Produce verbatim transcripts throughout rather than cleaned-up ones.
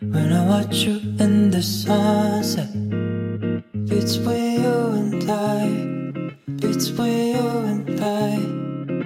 when I watch you in the sunset. Between you and I, between you and I.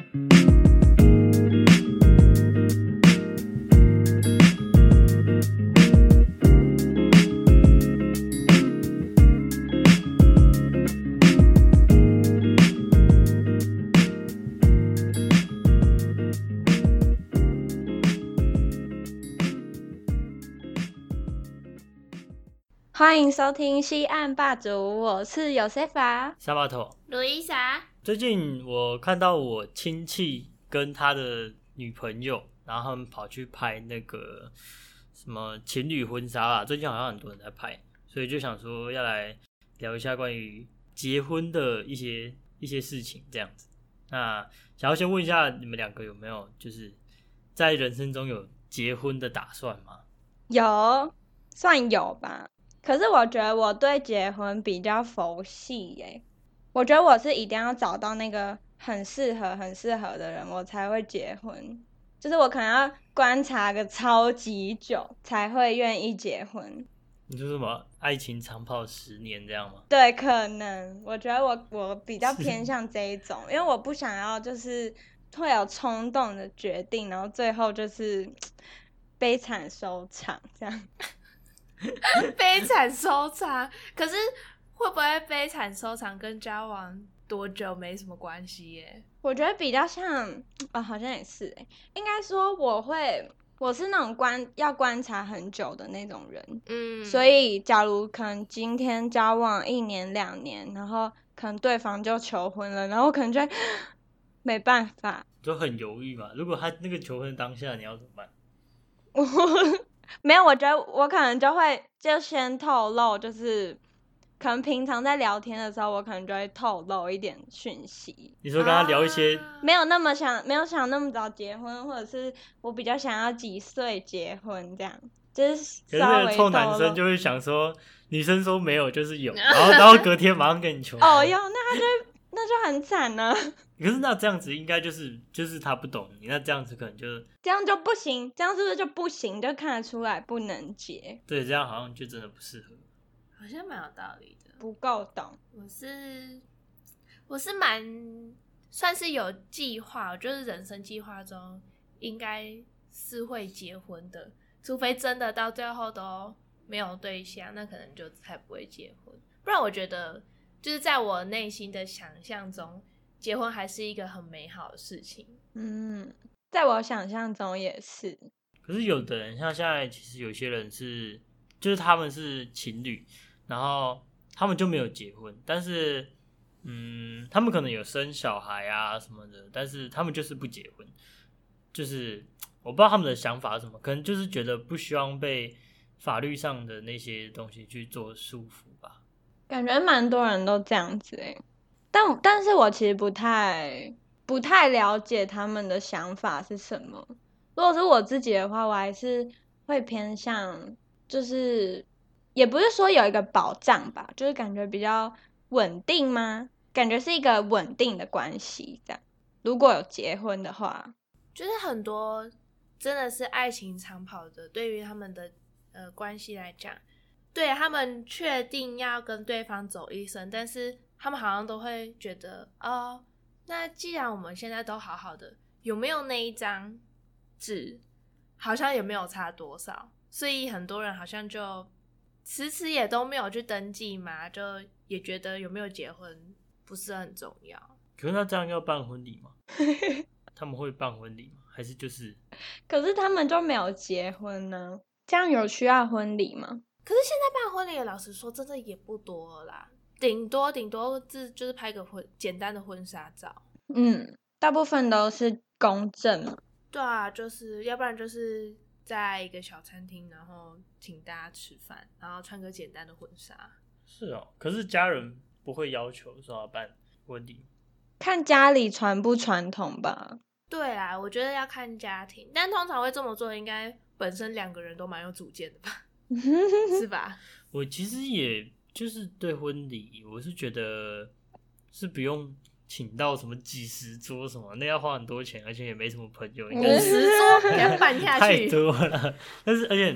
欢迎收听西岸霸主，我是有塞法沙巴头路易莎。 最近我看到我亲戚跟他的女朋友，然后他们跑去拍那个什么情侣婚纱啦，最近好像很多人在拍，所以就想说要来聊一下关于结婚的一些一些事情这样子。那想要先问一下你们两个有没有就是在人生中有结婚的打算吗？ 有，算有吧。可是我觉得我对结婚比较佛系耶，我觉得我是一定要找到那个很适合很适合的人我才会结婚，就是我可能要观察个超级久才会愿意结婚。 你说什么爱情长跑十年这样吗？ 对，可能我觉得我我比较偏向这一种，因为我不想要就是会有冲动的决定，然后最后就是悲惨收场这样。 悲惨收场，可是会不会悲惨收场跟交往多久没什么关系耶？ 我觉得比较像啊、哦，好像也是哎，应该说我会，我是那种观要观察很久的那种人，嗯，所以假如可能今天交往一年两年，然后可能对方就求婚了，然后我可能就会没办法， 就很犹豫嘛。如果他那个求婚当下，你要怎么办？ 我没有，我觉得我可能就会就先透露，就是可能平常在聊天的时候，我可能就会透露一点讯息。 你说跟他聊一些、 啊、没有那么想，没有想那么早结婚，或者是我比较想要几岁结婚这样，就是稍微透露。可是臭男生就会想说，女生说没有就是有，然后然后隔天马上跟你求婚。 哦哟，那他就那就很惨了。 可是那这样子应该就是就是他不懂你，那这样子可能就这样就不行，这样是不是就不行？就看得出来不能结。 对，这样好像就真的不适合。 好像蛮有道理的。 不够懂。 我是我是蛮算是有计划，就是人生计划中应该是会结婚的，除非真的到最后都没有对象，那可能就才不会结婚。不然我觉得就是在我内心的想象中，结婚还是一个很美好的事情。 嗯，在我想象中也是。 可是有的人像现在其实有些人是就是他们是情侣，然后他们就没有结婚，但是嗯，他们可能有生小孩啊什么的，但是他们就是不结婚，就是我不知道他们的想法是什么，可能就是觉得不希望被法律上的那些东西去做束缚吧。 感觉蛮多人都这样子欸，但但是我其实不太不太了解他们的想法是什么。如果是我自己的话，我还是会偏向，就是也不是说有一个保障吧，就是感觉比较稳定吗？感觉是一个稳定的关系这样。如果有结婚的话， 就是很多真的是爱情长跑的，对于他们的呃关系来讲，对他们确定要跟对方走一生，但是他们好像都会觉得哦，那既然我们现在都好好的，有没有那一张纸好像也没有差多少，所以很多人好像就迟迟也都没有去登记嘛，就也觉得有没有结婚不是很重要。 可是那这样要办婚礼吗？他们会办婚礼吗？还是就是可是他们就没有结婚呢？这样有需要婚礼吗？ 可是现在办婚礼的老实说真的也不多了啦，顶多顶多就是拍个婚简单的婚纱照。 嗯，大部分都是公证嘛。 对啊，就是要不然就是在一个小餐厅，然后请大家吃饭，然后穿个简单的婚纱。 是哦，可是家人不会要求说要办婚礼， 看家里传不传统吧。 对啦，我觉得要看家庭，但通常会这么做，应该本身两个人都蛮有主见的吧，是吧？ 我其实也就是对婚礼，我是觉得是不用请到什么几十桌什么，那要花很多钱，而且也没什么朋友，应该五十桌这样办下去太多了。但是而且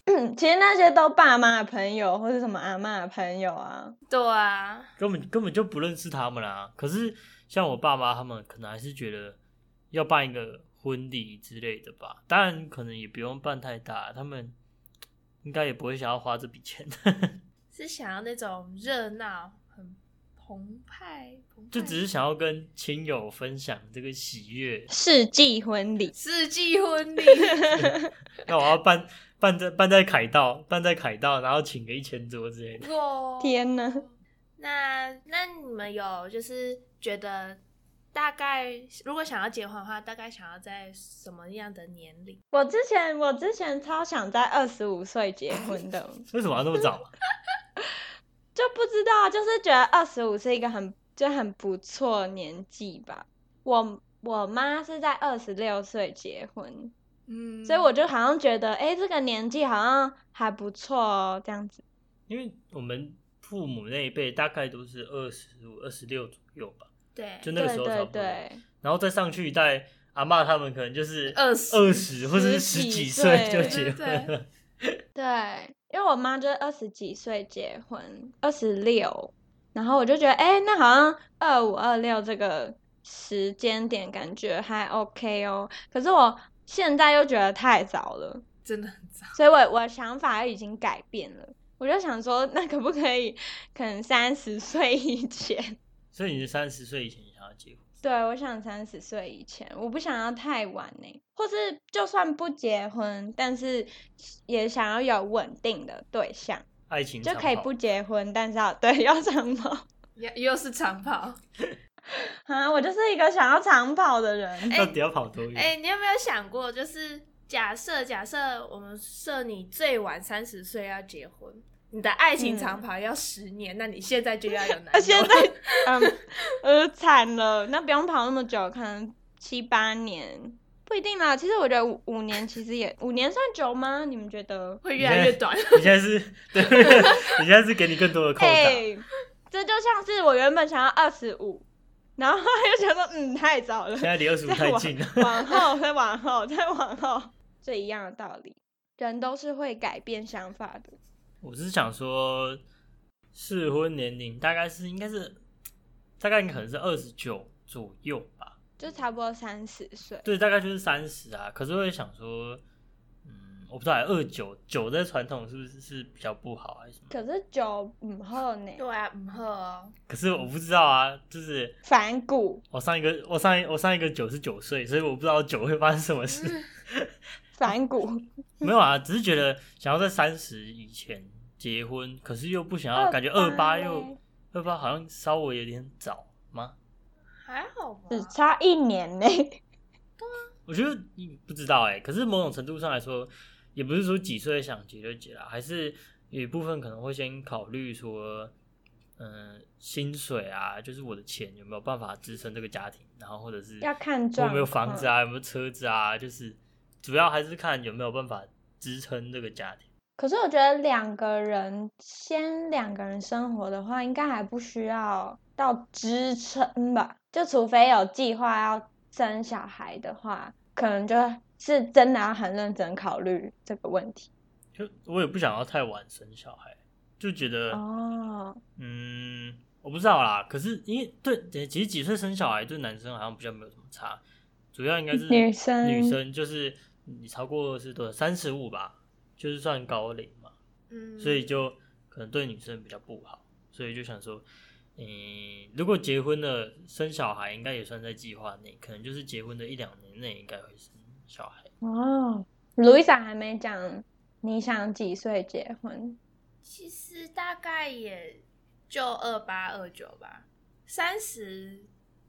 其实那些都爸妈的朋友或是什么阿嬷的朋友啊。 对啊， 根本根本就不认识他们啦。可是像我爸妈他们可能还是觉得要办一个婚礼之类的吧，当然可能也不用办太大，他们应该也不会想要花这笔钱。 是想要那种热闹、很澎湃，澎湃就只是想要跟亲友分享这个喜悦。 世纪婚礼， 世纪婚礼。 那我要办办在办在凯道，办在凯道，然后请个一千桌之类的。 哇， 天哪！ 那那你们有就是觉得大概如果想要结婚的话，大概想要在什么样的年龄？ 我之前我之前超想在二十五岁结婚的， 为什么要那么早？ 就不知道，就是觉得二十五是一个很就很不错的年纪吧。我我妈是在二十六岁结婚， 嗯， 所以我就好像觉得，哎、欸，这个年纪好像还不错哦，这样子。 因为我们父母那一辈大概都是二十五、二十六左右吧， 对， 就那个时候差不多。 对对对， 然后再上去一代阿嬷他们可能就是二十二十或者是十几岁就结婚了。 对，因为我妈就是二十几岁结婚，二十六，然后我就觉得，哎、欸，那好像二五二六这个时间点感觉还 OK 哦。可是我现在又觉得太早了， 真的很早， 所以我我的想法已经改变了。我就想说，那可不可以，可能三十岁以前？ 所以你是三十岁以前想要结婚？ 对，我想三十岁以前，我不想要太晚呢，或是就算不结婚，但是也想要有稳定的对象， 爱情就可以不结婚，但是要对要长跑， 又是长跑啊！我就是一个想要长跑的人。 到底要跑多远？ 哎、欸，你有没有想过，就是假设假设我们设你最晚三十岁要结婚，你的爱情长跑要十年，嗯、那你现在就要有男友。 现在，嗯，呃，惨了，那不用跑那么久，可能七八年，不一定啦。其实我觉得五五年其实也五年算久吗？你们觉得？ 会越来越短。 你现在是，对，你现在是给你更多的扣打。 欸，这就像是我原本想要二十五，然后又想说，嗯，太早了。 现在离二十五太近了。 往后，再往后，再往后，这一样的道理，人都是会改变想法的。 我是想说，适婚年龄大概是应该是，大概可能是二十九左右吧， 就差不多三十岁。 对，大概就是三十啊。可是我也想说，嗯，我不知道二九九在传统是不是是比较不好还是什么？ 可是九唔好呢。 对啊，唔好哦。 可是我不知道啊，就是反骨。 我上一个我上一我上一个九是九岁，所以我不知道九会发生什么事。 反骨。 没有啊，只是觉得想要在三十以前结婚，可是又不想要，感觉二八又二八好像稍微有点早吗？ 还好吧， 只差一年呢。对啊，我觉得不知道哎、欸，可是某种程度上来说，也不是说几岁想结就结啦，还是有一部分可能会先考虑说，嗯、呃，薪水啊，就是我的钱有没有办法支撑这个家庭，然后或者是要看状况有没有房子啊，有没有车子啊，就是主要还是看有没有办法支撑这个家庭。 可是我觉得两个人先两个人生活的话，应该还不需要到支撑吧？就除非有计划要生小孩的话，可能就是真的要很认真考虑这个问题。 就我也不想要太晚生小孩，就觉得哦， 嗯，我不知道啦。可是因为对，其实几岁生小孩对男生好像比较没有什么差，主要应该是女生女生就是你超过是多少三十五吧，就是算高龄嘛， 嗯， 所以就可能对女生比较不好，所以就想说，嗯，如果结婚了生小孩，应该也算在计划内，可能就是结婚的一两年内应该会生小孩。 哦，卢伊莎还没讲你想几岁结婚？ 其实大概也就二八二九吧，三十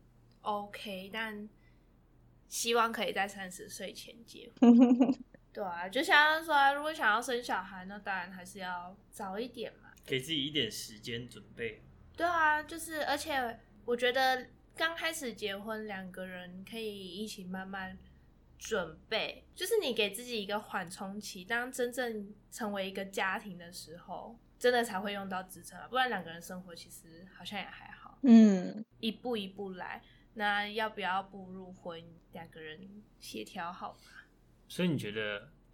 OK， 但希望可以在三十岁前结婚。对啊，就像说，如果想要生小孩，那当然还是要早一点嘛， 给自己一点时间准备。 对啊，就是而且我觉得刚开始结婚，两个人可以一起慢慢准备，就是你给自己一个缓冲期，当真正成为一个家庭的时候，真的才会用到支撑啊，不然两个人生活其实好像也还好。 嗯， 一步一步来，那要不要步入婚姻，两个人协调好吧。 所以你觉得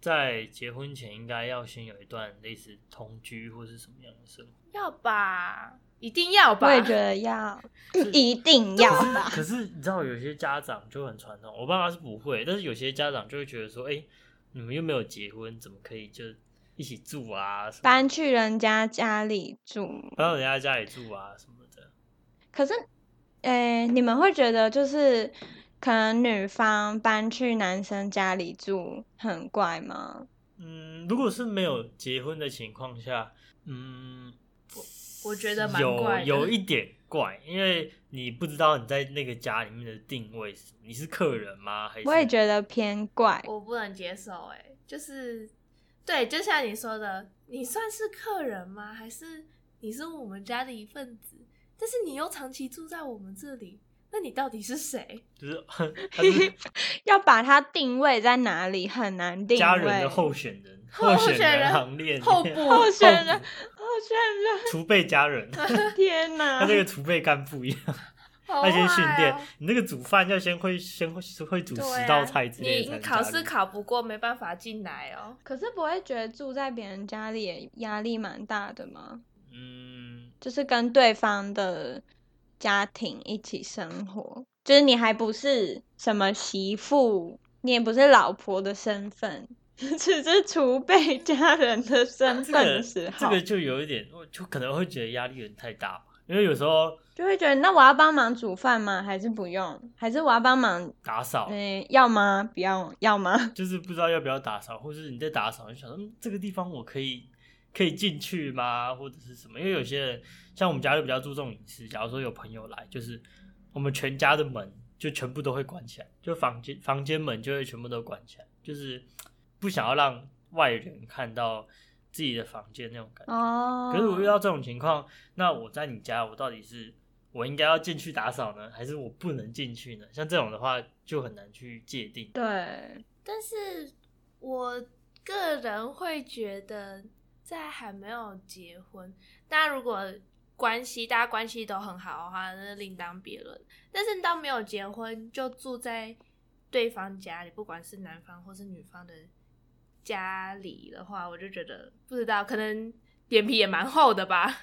在结婚前应该要先有一段类似同居或是什么样的生活？ 要吧，一定要吧。 我也觉得要，一定要吧。 可是你知道，有些家长就很传统，我爸妈是不会，但是有些家长就会觉得说，哎、欸，你们又没有结婚，怎么可以就一起住啊？什么搬去人家家里住， 搬到人家家里住啊什么的。 可是，呃，你们会觉得就是可能女方搬去男生家里住很怪吗？ 嗯，如果是没有结婚的情况下，嗯， 我, 我觉得蛮怪的， 有有一点怪，因为你不知道你在那个家里面的定位是什么，你是客人吗？还是？ 我也觉得偏怪， 我不能接受、欸。哎，就是对，就像你说的，你算是客人吗？还是你是我们家的一份子？但是你又长期住在我们这里，那你到底是谁？ 就是他是要把它定位在哪里很难定位。 家人的候选人， 候选人行列， 候补候选人，候选人， 储备家人。 天哪， 他那个储备干部一样。 他先训练你，那个煮饭要先会先会会煮十道菜之类的、 啊。你考试考不过，没办法进来哦。 可是不会觉得住在别人家里也压力蛮大的吗？ 嗯， 就是跟对方的家庭一起生活，就是你还不是什么媳妇，你也不是老婆的身份，只是储备家人的身份的时候， 这个、这个就有一点，就可能会觉得压力有点太大吧。因为有时候就会觉得，那我要帮忙煮饭吗？还是不用？还是我要帮忙打扫？ 嗯，要吗？不要，要吗？ 就是不知道要不要打扫，或是你在打扫，就想说，嗯，这个地方我可以可以进去吗？或者是什么？因为有些人像我们家就比较注重隐私，假如说有朋友来，就是我们全家的门就全部都会关起来，就房间房间门就会全部都关起来，就是不想要让外人看到自己的房间那种感觉。 哦。 可是我遇到这种情况，那我在你家，我到底是我应该要进去打扫呢，还是我不能进去呢？像这种的话，就很难去界定。 对， 但是我个人会觉得，在还没有结婚，大家如果关系大家关系都很好的话，那是另当别论。但是当没有结婚就住在对方家里，不管是男方或是女方的家里的话，我就觉得不知道，可能脸皮也蛮厚的吧。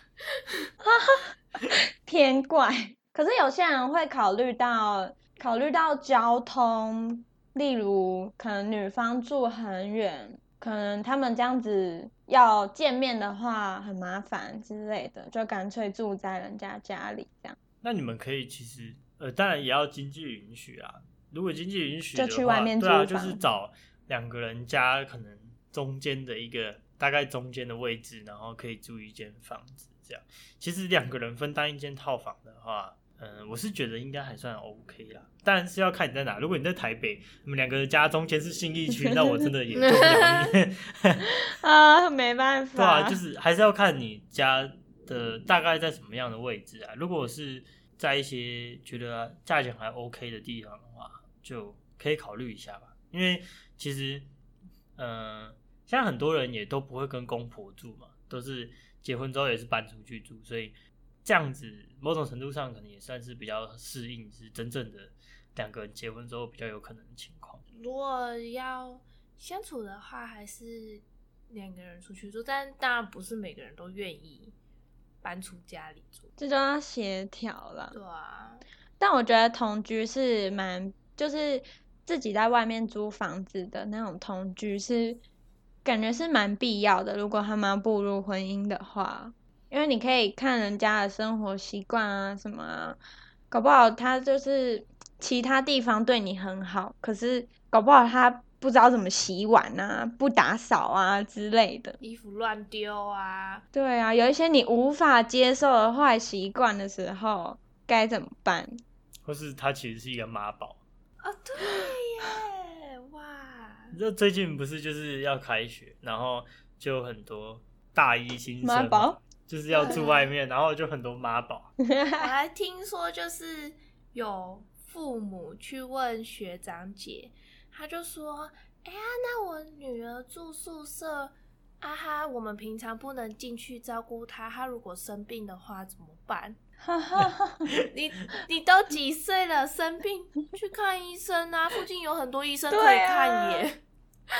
偏怪。可是有些人会考虑到考虑到交通，例如可能女方住很远，可能他们这样子要见面的话很麻烦之类的，就干脆住在人家家里这样。 那你们可以其实呃，当然也要经济允许啊。如果经济允许的话， 就去外面租对啊， 房， 就是找两个人家可能中间的一个大概中间的位置，然后可以住一间房子这样。其实两个人分担一间套房的话，嗯、呃，我是觉得应该还算 OK 啦。当然是要看你在哪。如果你在台北，你们两个家中间是信义区，那我真的也救不了你。 啊，没办法。 对啊，就是还是要看你家的大概在什么样的位置啊。如果是在一些觉得价钱还 OK 的地方的话，就可以考虑一下吧。因为其实，嗯、呃，现在很多人也都不会跟公婆住嘛，都是结婚之后也是搬出去住，所以这样子某种程度上可能也算是比较适应，是真正的两个人结婚之后比较有可能的情况。 如果要相处的话，还是两个人出去住，但当然不是每个人都愿意搬出家里住， 这就要协调啦。 对啊， 但我觉得同居是蛮，就是自己在外面租房子的那种同居是感觉是蛮必要的。如果他们要步入婚姻的话，因为你可以看人家的生活习惯啊什么啊，搞不好他就是其他地方对你很好，可是搞不好他不知道怎么洗碗啊，不打扫啊之类的， 衣服乱丢啊。 对啊，有一些你无法接受的坏习惯的时候该怎么办？ 或是他其实是一个妈宝啊，对耶，哇！ 这最近不是就是要开学，然后就很多大一新生妈宝就是要住外面，然后就很多妈宝。 我还听说就是有父母去问学长姐，他就说：“哎呀，那我女儿住宿舍啊哈，我们平常不能进去照顾她，她如果生病的话怎么办？”你你都几岁了，生病去看医生啊，附近有很多医生可以看耶。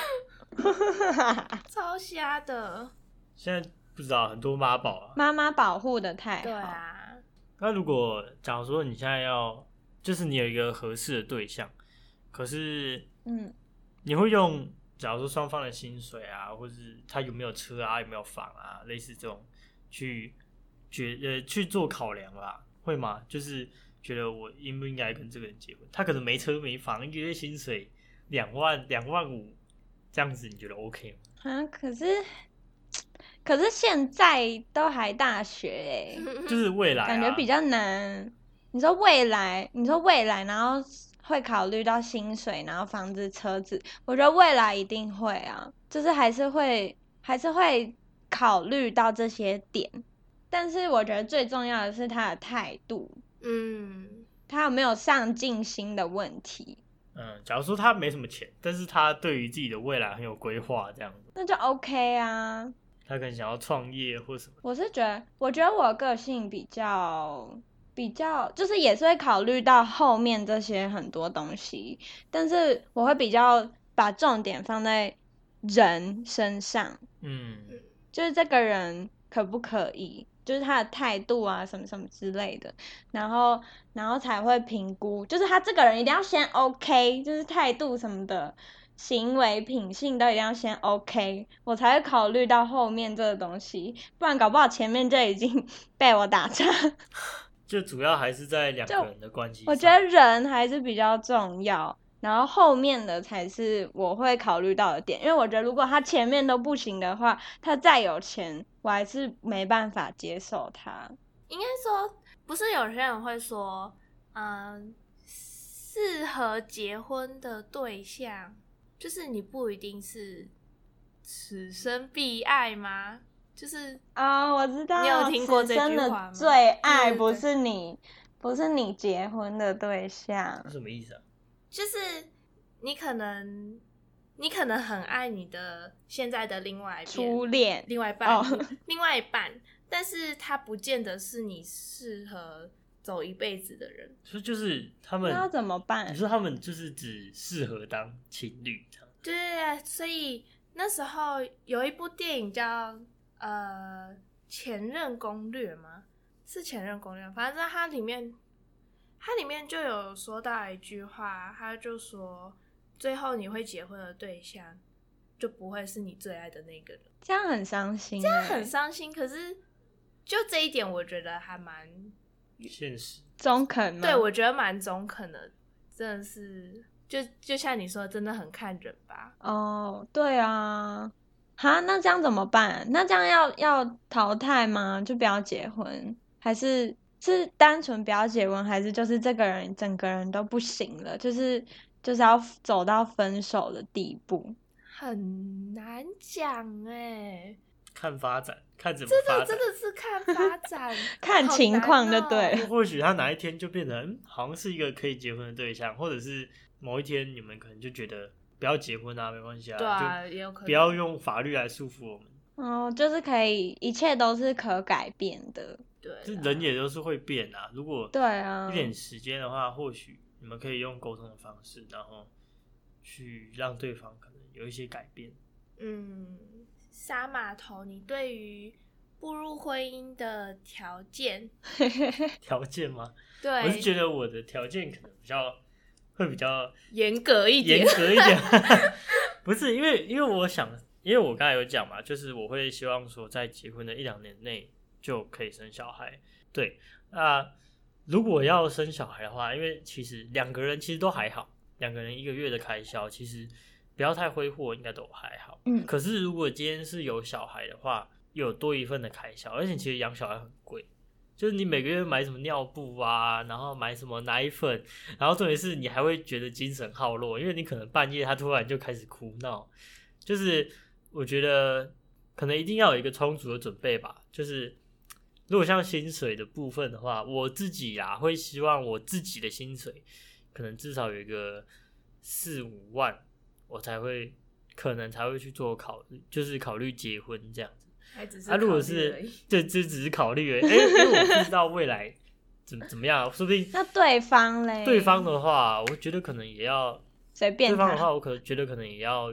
超瞎的。 现在不知道很多妈宝啊。 妈妈保护的太好。 对啊， 那如果假如说你现在要，就是你有一个合适的对象，可是嗯， 你会用，假如说双方的薪水啊，或是他有没有车啊，有没有房啊，类似这种去觉呃去做考量啦，会吗？就是觉得我应不应该跟这个人结婚？他可能没车没房，一个月薪水两万两万五，这样子你觉得 OK 吗？ 啊，可是可是现在都还大学哎、 就是未来、啊、 感觉比较难。你说未来，你说未来，然后会考虑到薪水，然后房子、车子，我觉得未来一定会啊，就是还是会还是会考虑到这些点。但是我觉得最重要的是他的态度， 嗯， 他有没有上进心的问题， 嗯，假如说他没什么钱，但是他对于自己的未来很有规划，这样子， 那就 OK 啊。 他可能想要创业或什么。 我是觉得，我觉得我个性比较比较，就是也是会考虑到后面这些很多东西，但是我会比较把重点放在人身上， 嗯， 就是这个人可不可以，就是他的态度啊，什么什么之类的，然后然后才会评估，就是他这个人一定要先 OK，就是态度什么的。行为品性都一定要先 OK， 我才会考虑到后面这个东西，不然搞不好前面就已经被我打岔。 就主要还是在两个人的关系上。 我觉得人还是比较重要，然后后面的才是我会考虑到的点，因为我觉得如果他前面都不行的话，他再有钱，我还是没办法接受他。 应该说，不是有些人会说，嗯，适合结婚的对象。就是你不一定是此生必爱吗？就是啊、哦，我知道， 你有听过这句话吗？ 此生的最爱对对对不是你，不是你结婚的对象。 什么意思啊？ 就是你可能，你可能很爱你的现在的另外一边初恋， 另外一半， 哦、 另外一半，但是他不见得是你适合走一辈子的人。 所以就是他们， 那要怎么办？ 你说他们就是只适合当情侣这样？ 对，所以那时候有一部电影叫呃《前任攻略》吗？是《前任攻略》，反正它里面它里面就有说到一句话，他就说最后你会结婚的对象就不会是你最爱的那个人， 这样很伤心， 这样很伤心。可是就这一点，我觉得还蛮现实、 中肯吗？ 对，我觉得蛮中肯的，真的是。就就像你说，真的很看人吧。 哦，对啊，哈，那这样怎么办？那这样要要淘汰吗？就不要结婚，还是是单纯不要结婚，还是就是这个人整个人都不行了，就是就是要走到分手的地步？ 很难讲哎， 看发展，看怎么真发展， 的真的是看发展， 看情况就对了。 哦、 或许他哪一天就变成、嗯、好像是一个可以结婚的对象，或者是某一天你们可能就觉得不要结婚啊，没关系啊， 对啊，也有可能不要用法律来束缚我们。 哦，就是可以，一切都是可改变的。 对， 这人也都是会变啊。如果对啊， 一点时间的话，或许你们可以用沟通的方式，然后去让对方可能有一些改变。 嗯，杀码头，你对于步入婚姻的条件， 条件吗？ 对， 我是觉得我的条件可能比较会比较严格一点， 严格一点。不是因为因为我想，因为我刚才有讲嘛，就是我会希望说在结婚的一两年内就可以生小孩。对，那如果要生小孩的话，因为其实两个人其实都还好，两个人一个月的开销其实不要太挥霍，应该都还好。 嗯， 可是如果今天是有小孩的话，有多一份的开销，而且其实养小孩很贵。就是你每个月买什么尿布啊，然后买什么奶粉，然后重点是你还会觉得精神耗弱，因为你可能半夜他突然就开始哭闹。就是我觉得可能一定要有一个充足的准备吧。就是如果像薪水的部分的话，我自己啊会希望我自己的薪水可能至少有一个四五万，我才会可能才会去做考虑，就是考虑结婚这样子。 还只是啊，如果是这这只是考虑而已，哎、欸，因为我不知道未来怎怎么样，说不定那对方嘞？ 对方的话，我觉得可能也要随便他。 对方的话，我可能觉得可能也要有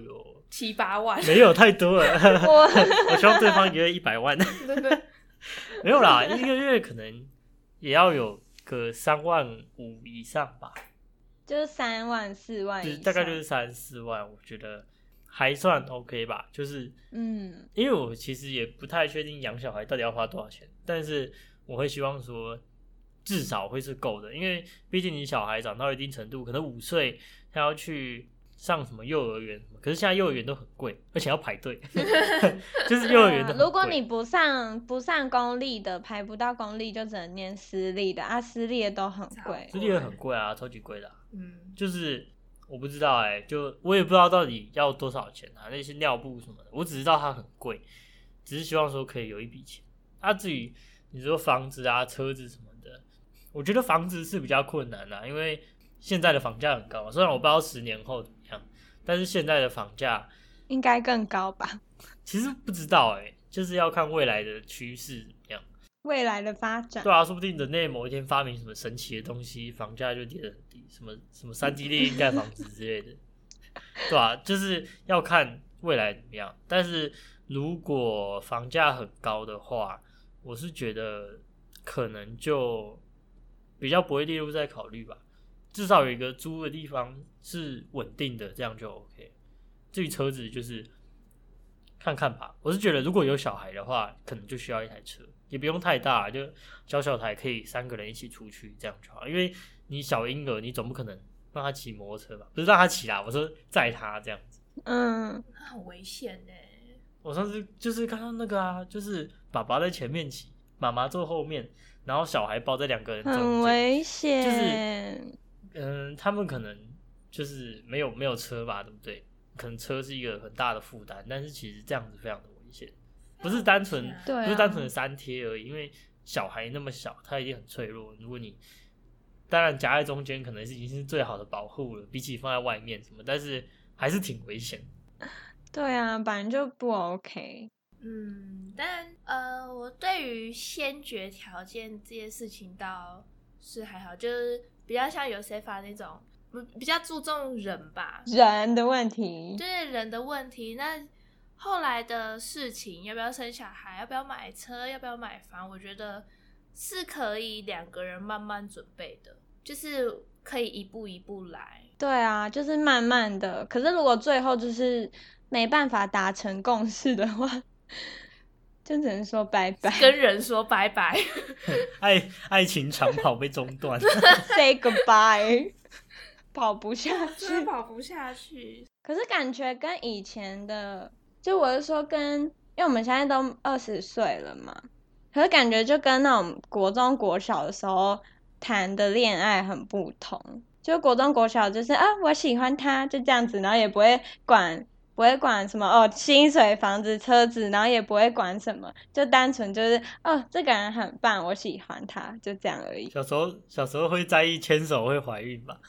七八万， 没有太多了。 我我希望对方一个月一百万。 对对， 没有啦，一个月可能也要有个三万五以上吧， 就是三万四万以上， 就是大概就是三四万，我觉得还算 OK 吧。就是嗯， 因为我其实也不太确定养小孩到底要花多少钱，但是我会希望说至少会是够的，因为毕竟你小孩长到一定程度，可能五岁他要去上什么幼儿园，可是现在幼儿园都很贵，而且要排队，就是幼儿园都很贵。 如果你不上不上公立的，排不到公立，就只能念私立的啊，私立的都很贵。 私立的很贵啊，超级贵的、啊。 嗯， 就是我不知道哎、欸，就我也不知道到底要多少钱啊，那些尿布什么的，我只知道它很贵，只是希望说可以有一笔钱。啊，至于你说房子啊、车子什么的，我觉得房子是比较困难啦、啊，因为现在的房价很高，虽然我不知道十年后怎么样，但是现在的房价应该更高吧？ 其实不知道哎、欸，就是要看未来的趋势怎么样。 未来的发展， 对啊，说不定人类某一天发明什么神奇的东西，房价就跌得很低，什么什么三 D 猎鹰盖房子之类的，对啊，就是要看未来怎么样。但是如果房价很高的话，我是觉得可能就比较不会列入在考虑吧。至少有一个租的地方是稳定的，这样就 OK。至于车子，就是看看吧。我是觉得如果有小孩的话，可能就需要一台车。也不用太大，就小小台可以三个人一起出去，这样就好。因为你小婴儿，你总不可能让他骑摩托车吧？不是让他骑啦，我说载他这样子。 嗯， 很危险呢。 我上次就是看到那个啊，就是爸爸在前面骑，妈妈坐后面，然后小孩抱在两个人中间， 很危险。 就是嗯，他们可能就是没有没有车吧，对不对？可能车是一个很大的负担，但是其实这样子非常的危险。不是单纯， 对啊不是单纯的三贴而已，因为小孩那么小，他一定很脆弱。如果你当然夹在中间，可能是已经是最好的保护了，比起放在外面什么，但是还是挺危险。 对啊，本来就不 OK。 嗯，但呃，我对于先决条件这件事情倒是还好，就是比较像有些法那种，比较注重人吧， 人的问题， 对人的问题。那后来的事情，要不要生小孩，要不要买车，要不要买房，我觉得是可以两个人慢慢准备的，就是可以一步一步来。 对啊，就是慢慢的。可是如果最后就是没办法达成共识的话，就只能说拜拜， 跟人说拜拜。 爱爱情长跑被中断 ，say goodbye， 跑不下去， 真的跑不下去。 可是感觉跟以前的，就我是说跟，因为我们现在都二十岁了嘛，可是感觉就跟那种国中国小的时候谈的恋爱很不同。就国中国小就是啊，我喜欢他，就这样子，然后也不会管，不会管什么哦，薪水、房子、车子，然后也不会管什么，就单纯就是哦，这个人很棒，我喜欢他，就这样而已。 小时候小时候会在意牵手会怀孕吧？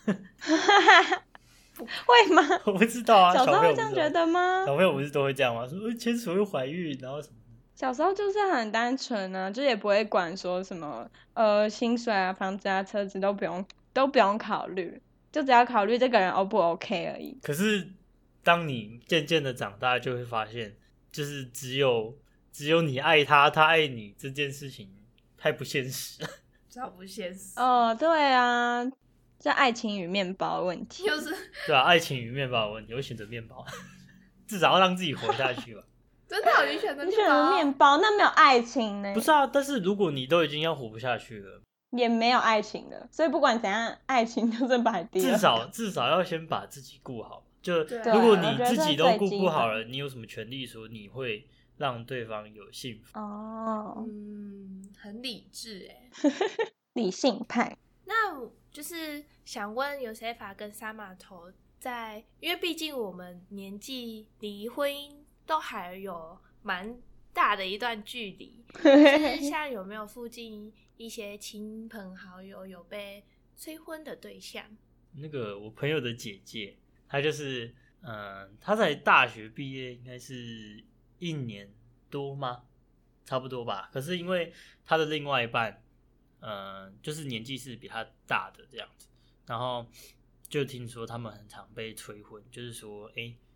会吗？ 我不知道啊， 小时候小朋友会这样觉得吗？ 小朋友不是都会这样吗？说牵手会怀孕，然后什么？ 小时候就是很单纯啊，就也不会管说什么呃薪水啊、房子啊、车子都不用都不用考虑，就只要考虑这个人 O 不 OK 而已。 可是当你渐渐的长大，就会发现，就是只有只有你爱他，他爱你这件事情太不现实了。 超不现实。 哦，对啊，这爱情与面包的问题。 就是对啊，爱情与面包的问题，我会选择面包，至少要让自己活下去吧。 真的，你选择你选择面包，那没有爱情呢？ 不是啊，但是如果你都已经要活不下去了， 也没有爱情的，所以不管怎样，爱情就是摆第二。 至少至少要先把自己顾好。就对如果我觉得你自己这都顾最基本不好了，你有什么权利说你会让对方有幸福？ 哦， 嗯，很理智哎。 理性派。 那就是想问有谁法跟杀马头在，因为毕竟我们年纪离婚姻都还有蛮大的一段距离，就是像有没有附近一些亲朋好友有被催婚的对象？ 那个我朋友的姐姐，她就是嗯，她在大学毕业应该是一年多吗？差不多吧。可是因为她的另外一半，嗯，就是年纪是比她大的这样子，然后就听说他们很常被催婚，就是说，哎、欸，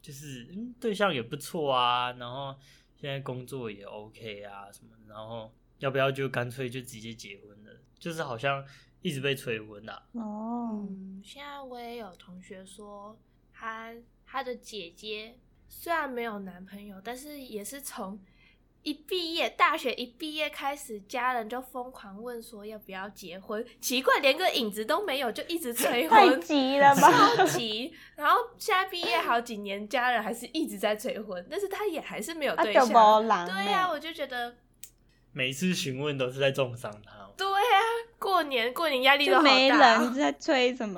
就是嗯对象也不错啊，然后现在工作也 OK 啊什么，然后要不要就干脆就直接结婚了？就是好像一直被催婚啊。 哦， 嗯，现在我也有同学说，他他的姐姐虽然没有男朋友，但是也是从一毕业，大学一毕业开始，家人就疯狂问说要不要结婚。奇怪，连个影子都没有，就一直催太婚， 急了吧？ 超急。然后现在毕业好几年，家人还是一直在催婚，但是他也还是没有对象。 啊就没人对呀、啊，我就觉得每次询问都是在重伤他。 对啊，过年过年压力都好大、 就没人在催什么。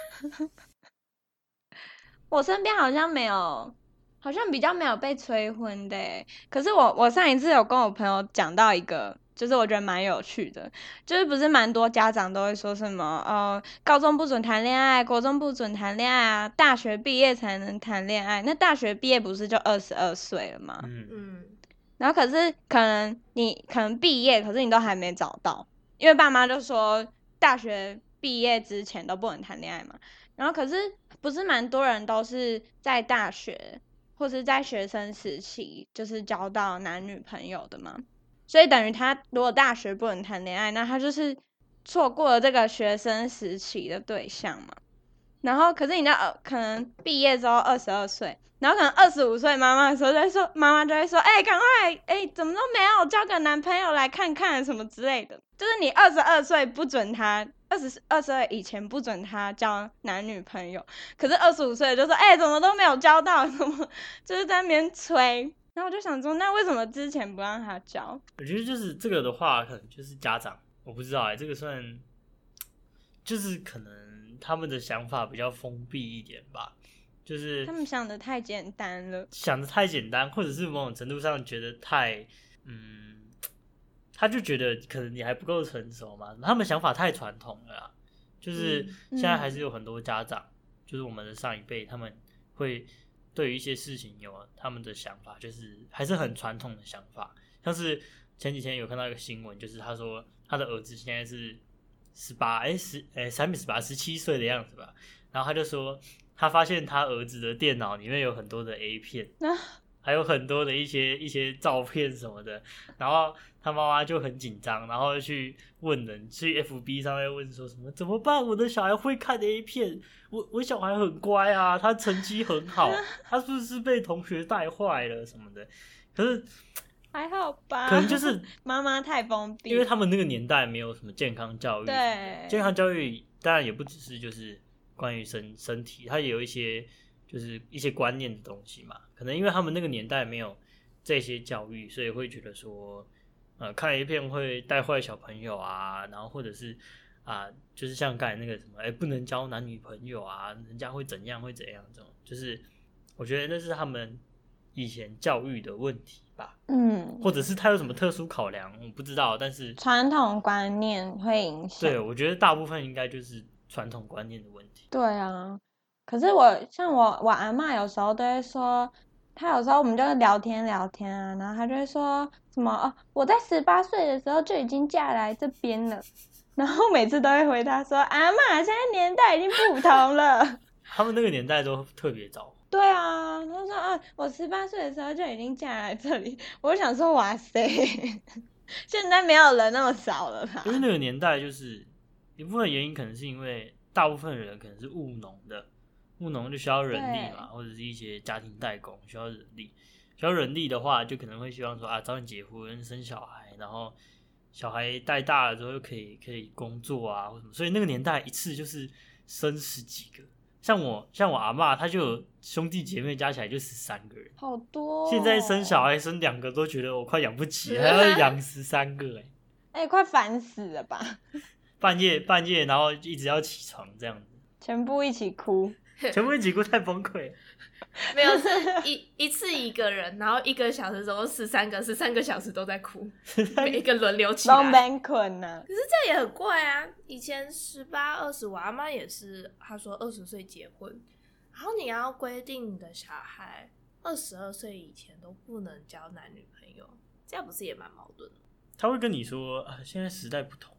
我身边好像没有，好像比较没有被催婚的耶。可是我我上一次有跟我朋友讲到一个，就是我觉得蛮有趣的，就是不是蛮多家长都会说什么呃，高中不准谈恋爱，国中不准谈恋爱啊，大学毕业才能谈恋爱。那大学毕业不是就二十二岁了吗？ 嗯嗯， 然后可是可能你可能毕业，可是你都还没找到，因为爸妈就说大学毕业之前都不能谈恋爱嘛。然后可是不是蛮多人都是在大学或是在学生时期就是交到男女朋友的嘛，所以等于他如果大学不能谈恋爱，那他就是错过了这个学生时期的对象嘛。然后可是你知道，呃，可能毕业之后二十二岁，然后可能二十五岁妈妈的时候就会说，妈妈就会说，哎、欸，赶快，哎、欸，怎么都没有交个男朋友来看看什么之类的。就是你二十二岁不准他，二十二岁以前不准他交男女朋友，可是二十五岁就说，哎、欸，怎么都没有交到，什么就是在那边催。然后我就想说，那为什么之前不让他交？ 我觉得就是这个的话，可能就是家长，我不知道哎、欸，这个算就是可能。他们的想法比较封闭一点吧，就是他们想的太简单了， 想的太简单，或者是某种程度上觉得太，嗯，他就觉得可能你还不够成熟嘛，他们想法太传统了啦，就是现在还是有很多家长，嗯、就是我们的上一辈，他们会对于一些事情有他们的想法，就是还是很传统的想法，像是前几天有看到一个新闻，就是他说他的儿子现在是。十八哎十哎三比十八十七岁的样子吧，然后他就说他发现他儿子的电脑里面有很多的 A 片，啊、还有很多的一些一些照片什么的，然后他妈妈就很紧张，然后去问人，去 F B 上面问说什么怎么办？我的小孩会看 A 片，我我小孩很乖啊，他成绩很好，他是不是被同学带坏了什么的？可是。 还好吧， 可能就是妈妈太封闭， 因为他们那个年代没有什么健康教育， 对， 健康教育当然也不只是就是关于身身体，它也有一些就是一些观念的东西嘛。可能因为他们那个年代没有这些教育，所以会觉得说，呃，看 A 片会带坏小朋友啊，然后或者是啊、呃，就是像刚才那个什么，哎、欸，不能交男女朋友啊，人家会怎样会怎样这种，就是我觉得那是他们以前教育的问题。嗯，或者是他有什么特殊考量，我不知道，但是传统观念会影响。 对，我觉得大部分应该就是传统观念的问题。 对啊，可是我像我我阿嬷有时候都会说，她有时候我们就聊天聊天啊，然后她就会说什么哦，我在十八岁的时候就已经嫁来这边了，然后每次都会回她说，阿嬷现在年代已经不同了。 他们那个年代都特别早。 对啊，他说啊，我十八岁的时候就已经嫁来这里，我想说哇塞，现在没有人那么少了吧？ 因为那个年代就是一部分原因，可能是因为大部分人可能是务农的，务农就需要人力嘛，或者是一些家庭代工需要人力，需要人力的话，就可能会希望说啊，早点结婚生小孩，然后小孩带大了之后又可以可以工作啊，或什么，所以那个年代一次就是生十几个。像我像我阿嬷，她就有兄弟姐妹加起来就十三个人， 好多、哦。 现在生小孩生两个都觉得我快养不起，还要养十三个哎、欸， 哎、欸，快烦死了吧！ 半夜半夜，然后一直要起床这样子， 全部一起哭， 全部一起哭太崩溃。 没有，是一一次一个人，然后一个小时总共十三个，十三个小时都在哭，每一个轮流起来。 都没困呢。 可是这样也很怪啊！以前十八二十，我阿妈也是，她说二十岁结婚，然后你要规定你的小孩二十二岁以前都不能交男女朋友，这样不是也蛮矛盾的？ 他会跟你说啊，现在时代不同，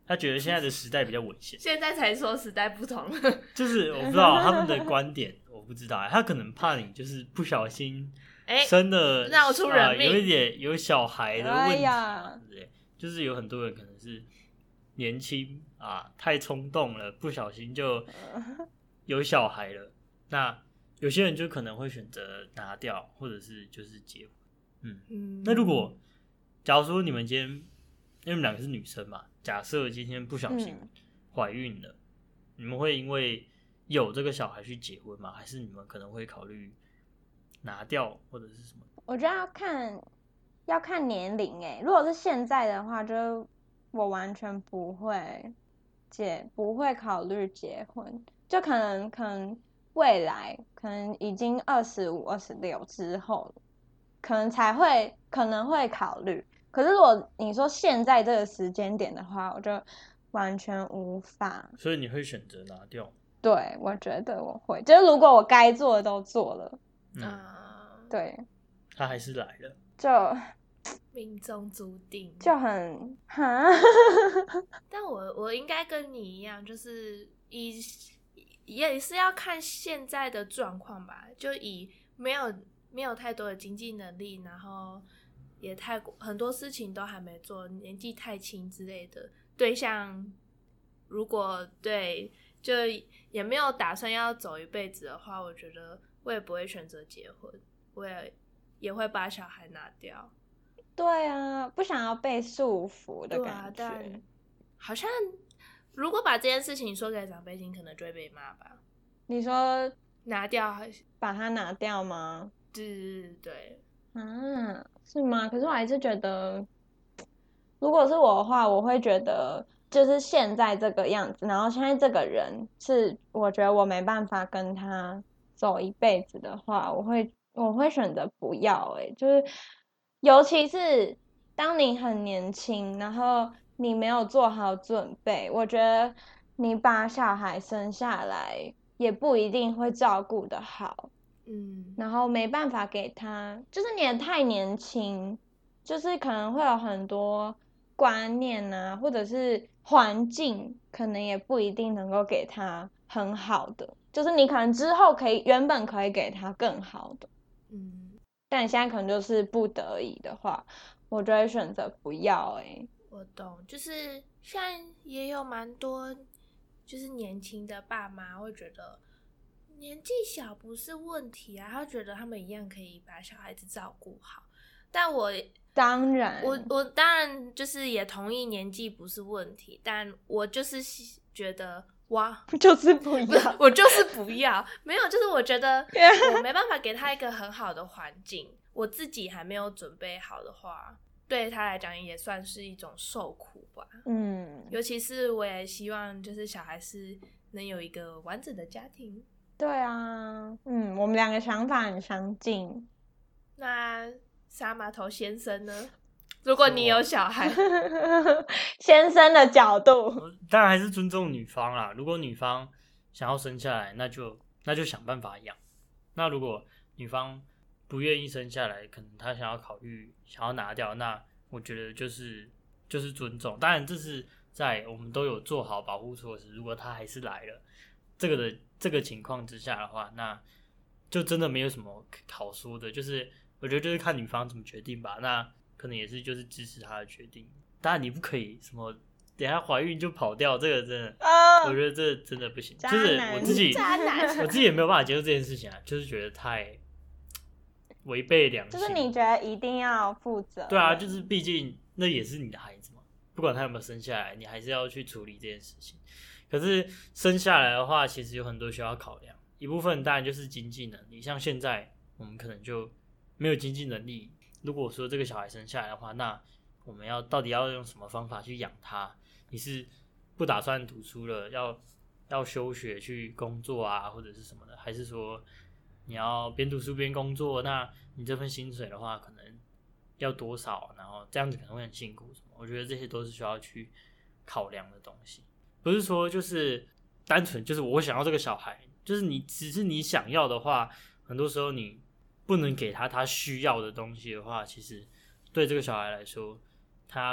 他觉得现在的时代比较危险。 现在才说时代不同了， 就是我不知道他们的观点，我不知道，他可能怕你就是不小心生了闹出人命、 呃，有一点有小孩的问题嘛， 哎、 对不对？就是有很多人可能是年轻啊，太冲动了，不小心就有小孩了。那有些人就可能会选择拿掉，或者是就是结婚。嗯，嗯那如果假如说你们今天，因为你们两个是女生嘛，假设今天不小心怀孕了，嗯、你们会因为有这个小孩去结婚吗？还是你们可能会考虑拿掉或者是什么？ 我觉得要看要看年龄诶，如果是现在的话，就我完全不会结，不会考虑结婚，就可能可能未来可能已经二十五、二十六之后，可能才会可能会考虑。可是如果你说现在这个时间点的话，我就完全无法。 所以你会选择拿掉？ 对，我觉得我会，就是如果我该做的都做了， 嗯， 对， 他还是来了， 就命中注定， 就很哈。 但我我应该跟你一样，就是以也是要看现在的状况吧，就以没有没有太多的经济能力，然后也太很多事情都还没做，年纪太轻之类的对象，如果对就也没有打算要走一辈子的话，我觉得我也不会选择结婚，我也也会把小孩拿掉。 对啊，不想要被束缚的感觉。 对啊，但好像如果把这件事情说给长辈听，可能就会被骂吧。 你说拿掉， 把它拿掉吗？ 对对， 啊，是吗？可是我还是觉得，如果是我的话，我会觉得就是现在这个样子，然后现在这个人是我觉得我没办法跟他走一辈子的话，我会我会选择不要。欸，就是尤其是当你很年轻，然后你没有做好准备，我觉得你把小孩生下来也不一定会照顾得好。嗯，然后没办法给他，就是你也太年轻，就是可能会有很多观念啊，或者是环境，可能也不一定能够给他很好的，就是你可能之后可以原本可以给他更好的，嗯，但你现在可能就是不得已的话，我就会选择不要。欸， 我懂，就是现在也有蛮多，就是年轻的爸妈会觉得年纪小不是问题啊，他觉得他们一样可以把小孩子照顾好。但我当然， 我我当然就是也同意年纪不是问题，但我就是觉得哇， 就是不要， 我就是不要，没有，就是我觉得我没办法给他一个很好的环境，我自己还没有准备好的话，对他来讲也算是一种受苦吧。嗯，尤其是我也希望就是小孩是能有一个完整的家庭。 对啊，嗯，我们两个想法很相近。 那杀马头先生呢？如果你有小孩， 先生的角度， 当然还是尊重女方啦。如果女方想要生下来，那就那就想办法养。那如果女方不愿意生下来，可能她想要考虑想要拿掉，那我觉得就是就是尊重。当然这是在我们都有做好保护措施，如果她还是来了这个的这个情况之下的话，那就真的没有什么好说的，就是我觉得就是看女方怎么决定吧。那可能也是就是支持她的决定。当然你不可以什么等一下怀孕就跑掉，这个真的，呃、我觉得这真的不行。就是我自己，我自己也没有办法接受这件事情啊，就是觉得太违背良心。 就是你觉得一定要负责？ 对啊，就是毕竟那也是你的孩子嘛，不管他有没有生下来，你还是要去处理这件事情。可是生下来的话，其实有很多需要考量，一部分当然就是经济能力。像现在我们可能就没有经济能力，如果说这个小孩生下来的话，那我们要到底要用什么方法去养他？你是不打算读书了，要要休学去工作啊，或者是什么的，还是说你要边读书边工作？那你这份薪水的话，可能要多少？然后这样子可能会很辛苦什么？我觉得这些都是需要去考量的东西，不是说就是单纯就是我想要这个小孩，就是你只是你想要的话，很多时候你不能给他他需要的东西的话，其实对这个小孩来说，他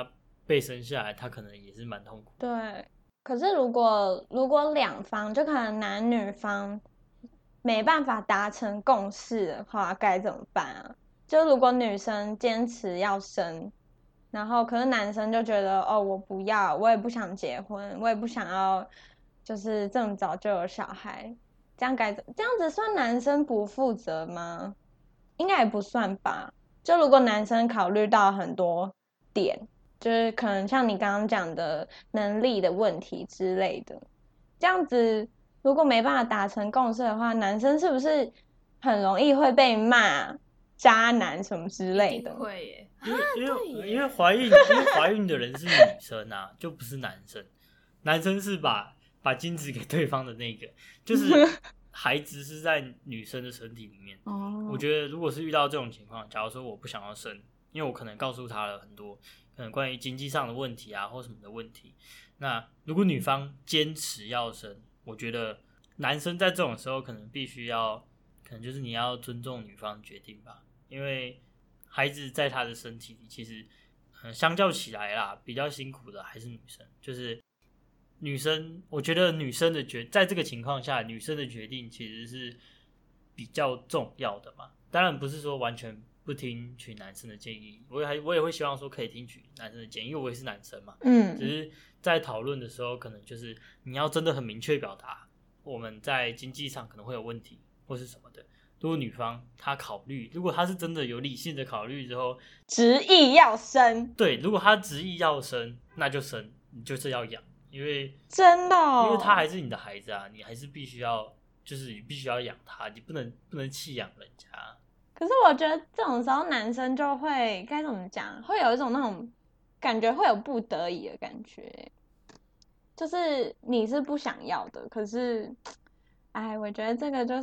被生下来，他可能也是蛮痛苦。 对，可是如果如果两方就可能男女方没办法达成共识的话，该怎么办啊？就如果女生坚持要生，然后可是男生就觉得哦，我不要，我也不想结婚，我也不想要，就是这么早就有小孩，这样该怎这样子算男生不负责吗？应该也不算吧。就如果男生考虑到很多点，就是可能像你刚刚讲的能力的问题之类的，这样子如果没办法达成共识的话，男生是不是很容易会被骂渣男什么之类的？ 一定会耶， 因为因为耶因为怀孕，因为怀孕的人是女生啊，就不是男生。男生是把把精子给对方的那个，就是孩子是在女生的身体里面。 哦， 我觉得如果是遇到这种情况，假如说我不想要生，因为我可能告诉他了很多可能关于经济上的问题啊或什么的问题，那如果女方坚持要生，我觉得男生在这种时候可能必须要，可能就是你要尊重女方决定吧，因为孩子在他的身体里，其实、呃、相较起来啦，比较辛苦的还是女生。就是女生，我觉得女生的决，在这个情况下，女生的决定其实是比较重要的嘛。当然不是说完全不听取男生的建议，我也还我也会希望说可以听取男生的建议，因为我也是男生嘛。 嗯， 只是在讨论的时候，可能就是你要真的很明确表达，我们在经济上可能会有问题或是什么的。如果女方她考虑，如果她是真的有理性的考虑之后， 执意要生， 对，如果她执意要生，那就生，你就是要养，因为真的、哦， 因为他还是你的孩子啊，你还是必须要，就是你必须要养他，你不能不能弃养人家。 可是我觉得这种时候男生就会该怎么讲，会有一种那种感觉，会有不得已的感觉，就是你是不想要的，可是，哎，我觉得这个就是，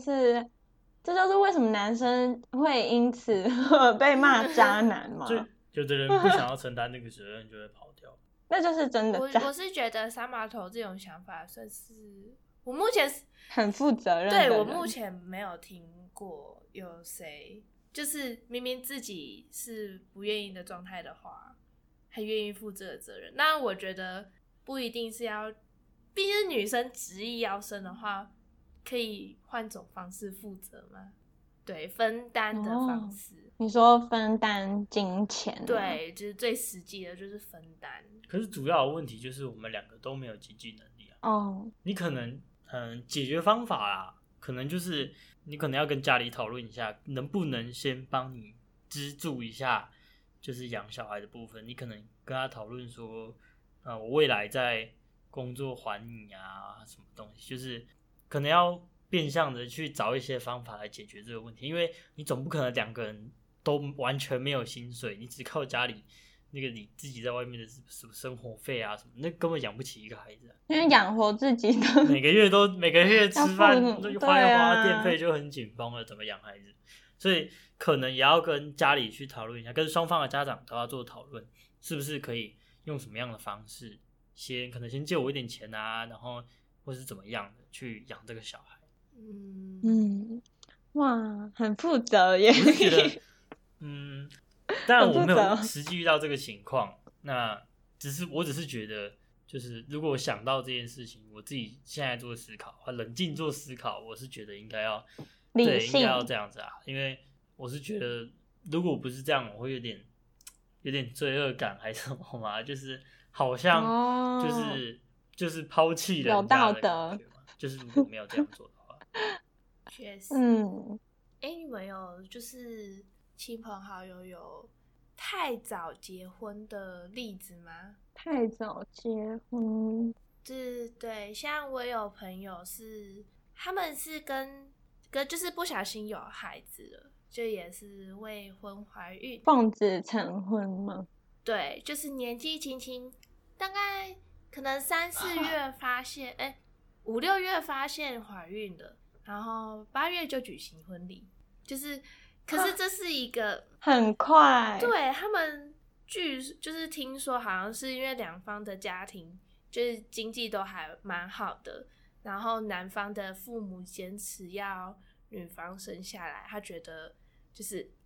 这就是为什么男生会因此被骂渣男嘛。 就有的人不想要承担那个责任，就会跑掉。 那就是真的我渣， 我是觉得三码头这种想法算是我目前很负责任的人。 对我目前没有听过有谁就是明明自己是不愿意的状态的话，还愿意负这个责任。那我觉得不一定是要，毕竟女生执意要生的话，可以换种方式负责吗？对，分担的方式。哦， 你说分担金钱？ 对，就是最实际的就是分担。 可是主要的问题就是我们两个都没有经济能力啊。 哦， 你可能嗯解决方法啦，可能就是你可能要跟家里讨论一下，能不能先帮你资助一下，就是养小孩的部分。你可能跟他讨论说，呃，我未来在工作还你啊，什么东西，就是可能要变相的去找一些方法来解决这个问题，因为你总不可能两个人都完全没有薪水，你只靠家里那个你自己在外面的什么生活费啊什么，那根本养不起一个孩子、啊， 因为养活自己的每个月都每个月吃饭花一花电费啊、 就很紧绷了，怎么养孩子？所以可能也要跟家里去讨论一下，跟双方的家长都要做讨论，是不是可以用什么样的方式，先可能先借我一点钱啊，然后或是怎么样的去养这个小孩。 嗯嗯，哇，很负责耶。 我是觉得，嗯，当然我没有实际遇到这个情况，那只是我只是觉得，就是如果想到这件事情，我自己现在做思考，冷静做思考，我是觉得应该要对，应该要这样子啊，因为我是觉得，如果不是这样，我会有点有点罪恶感还是什么嘛，就是好像就是、哦、就是抛弃人家的感觉嘛，就是如果没有这样做的话， 确实， 嗯， 哎、欸，你们有就是亲朋好友有太早结婚的例子吗？ 太早结婚， 是，对，像我有朋友是，他们是跟跟就是不小心有孩子了，就也是未婚怀孕， 奉子成婚吗？ 对，就是年纪轻轻，大概可能三四月发现，哎、欸，五六月发现怀孕了，然后八月就举行婚礼，就是，可是这是一个很快， 对他们据就是听说好像是因为两方的家庭就是经济都还蛮好的。然后男方的父母坚持要女方生下来，他觉得就是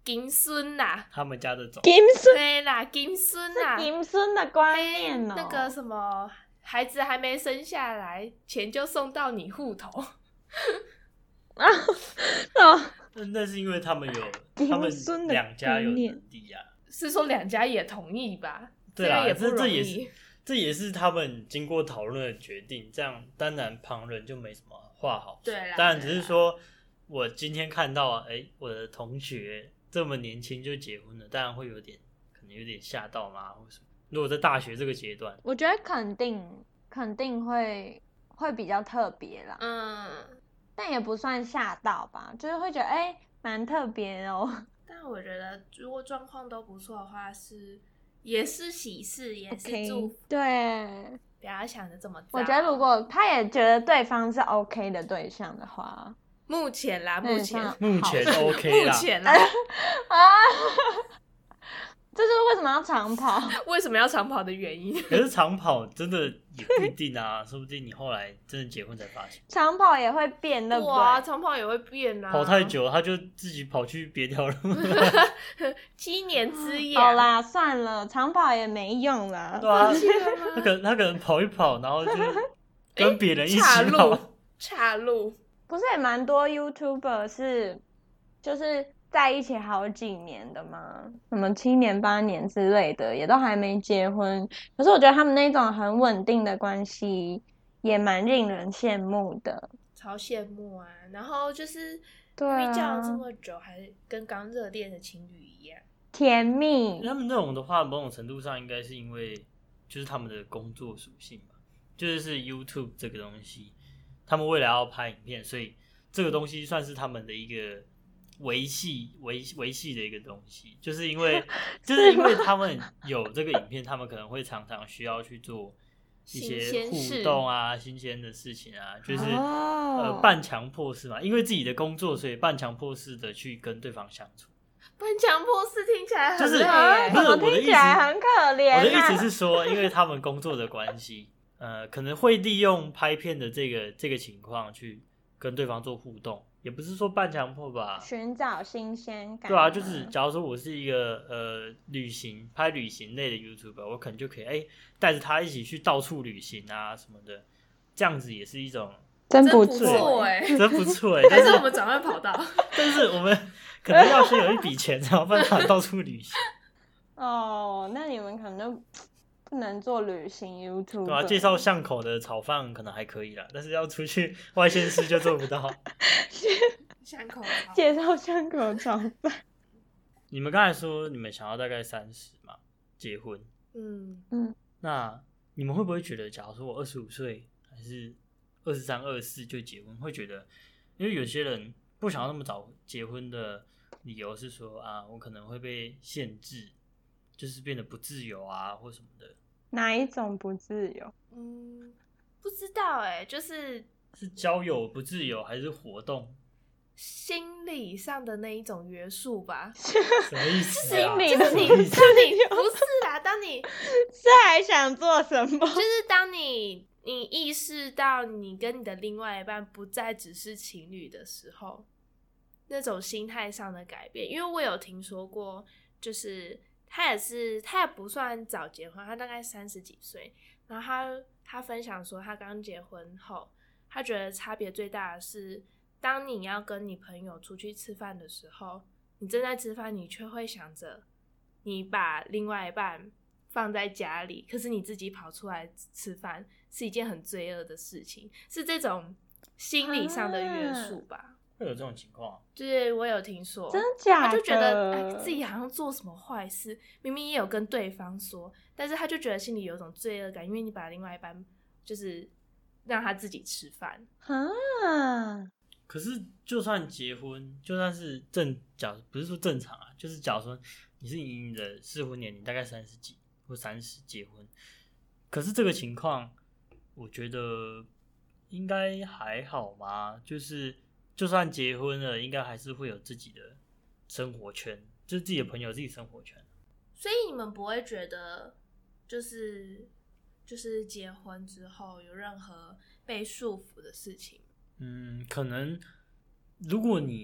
金孙啦， 他们家的种金孙对啦，金孙啦， 金孙的观念哦、 那个什么，孩子还没生下来，钱就送到你户头。 啊哦， 那那是因为他们有金他们孙的两家有观念能力啊。 是说两家也同意吧？ 对啦， 这样也不容这这也是易。 这也是他们经过讨论的决定，这样当然旁人就没什么话好说。 对啦当然只是说我今天看到啊，哎，我的同学这么年轻就结婚了，当然会有点可能有点吓到嘛，或什么。如果在大学这个阶段， 我觉得肯定肯定会会比较特别啦， 嗯， 但也不算吓到吧，就是会觉得哎蛮、特别哦。 但我觉得如果状况都不错的话，是也是喜事，也是 OK， 祝福。 对， 不要想的这么糟。 我觉得如果他也觉得对方是 OK 的对象的话， 目前啦，目前那也算目前好 OK 目啦。 前啦， 啊，这就是为什么要长跑。 为什么要长跑的原因？ 可是长跑真的也不一定啊，说不定你后来真的结婚才发现， 长跑也会变，对不哇， 对？ 长跑也会变啊！ 跑太久他就自己跑去别条路。 七年之痒。 好啦，算了，长跑也没用啦。 对啊， 记得吗他可能他可能跑一跑，然后就跟别人一起岔跑。 路，岔路。 不是也蛮多 YouTuber 是就是在一起好几年的吗？什么七年八年之类的，也都还没结婚。可是我觉得他们那种很稳定的关系也蛮令人羡慕的。 超羡慕啊！然后就是， 对因为交往这啊， 么久，还跟刚热恋的情侣一样。 甜蜜。 他们那种的话，某种程度上应该是因为就是他们的工作属性吧，就是是 YouTube 这个东西，他们为了要拍影片，所以这个东西算是他们的一个维系维维系的一个东西，就是因为就是因为他们有这个影片，他们可能会常常需要去做一些互新鲜事动啊、新鲜的事情啊，就是、 哦呃半强迫式嘛，因为自己的工作，所以半强迫式的去跟对方相处。 半强迫式听起来就是很累啊， 耶不是怎么听起来很可怜、啊？ 我的意思是说，因为他们工作的关系，呃，可能会利用拍片的这个这个情况去跟对方做互动，也不是说半强迫吧。 寻找新鲜感。 对啊，就是假如说我是一个呃旅行拍旅行类的 YouTuber，我可能就可以哎带着他一起去到处旅行啊什么的，这样子也是一种真不真不错错哎、 欸。 真不错哎。 但但是是我们转换跑道。 但是我们可能要先有一笔钱才有办法到处旅行。 哦，那你们可能就不能做旅行 YouTube。 对啊，介绍巷口的炒饭可能还可以啦，但是要出去外县市就做不到。 巷口介绍巷口炒饭。 你们刚才说你们想要大概三十嘛结婚， 嗯， 那你们会不会觉得，假如说我二十五岁还是二十三、二十四就结婚，会觉得，因为有些人不想要那么早结婚的理由是说啊，我可能会被限制，就是变得不自由啊或什么的。 哪一种不自由？ 嗯，不知道哎、就是是交友不自由还是活动？ 心理上的那一种约束吧。 什么意思啊？ 心理就是你， 什么意思当你不是啦，当你是还想做什么？ 就是当你你意识到你跟你的另外一半不再只是情侣的时候，那种心态上的改变。因为我有听说过，就是他也是他也不算早结婚，他大概三十几岁，然后他他分享说，他刚结婚后，他觉得差别最大的是，当你要跟你朋友出去吃饭的时候，你正在吃饭，你却会想着你把另外一半放在家里，可是你自己跑出来吃饭，是一件很罪恶的事情，是这种心理上的约束吧。 会有这种情况啊？ 就是我有听说， 真假的？ 他就觉得、哎、自己好像做什么坏事，明明也有跟对方说，但是他就觉得心里有种罪恶感，因为你把另外一半就是让他自己吃饭。 啊， 可是就算结婚，就算是正，假如不是说正常啊，就是假如说你是以你的适婚年龄大概三十几或三十结婚，可是这个情况，我觉得应该还好嘛。就是就算结婚了，应该还是会有自己的生活圈，就是自己的朋友、自己生活圈。 所以你们不会觉得就是就是结婚之后有任何被束缚的事情？ 嗯，可能如果你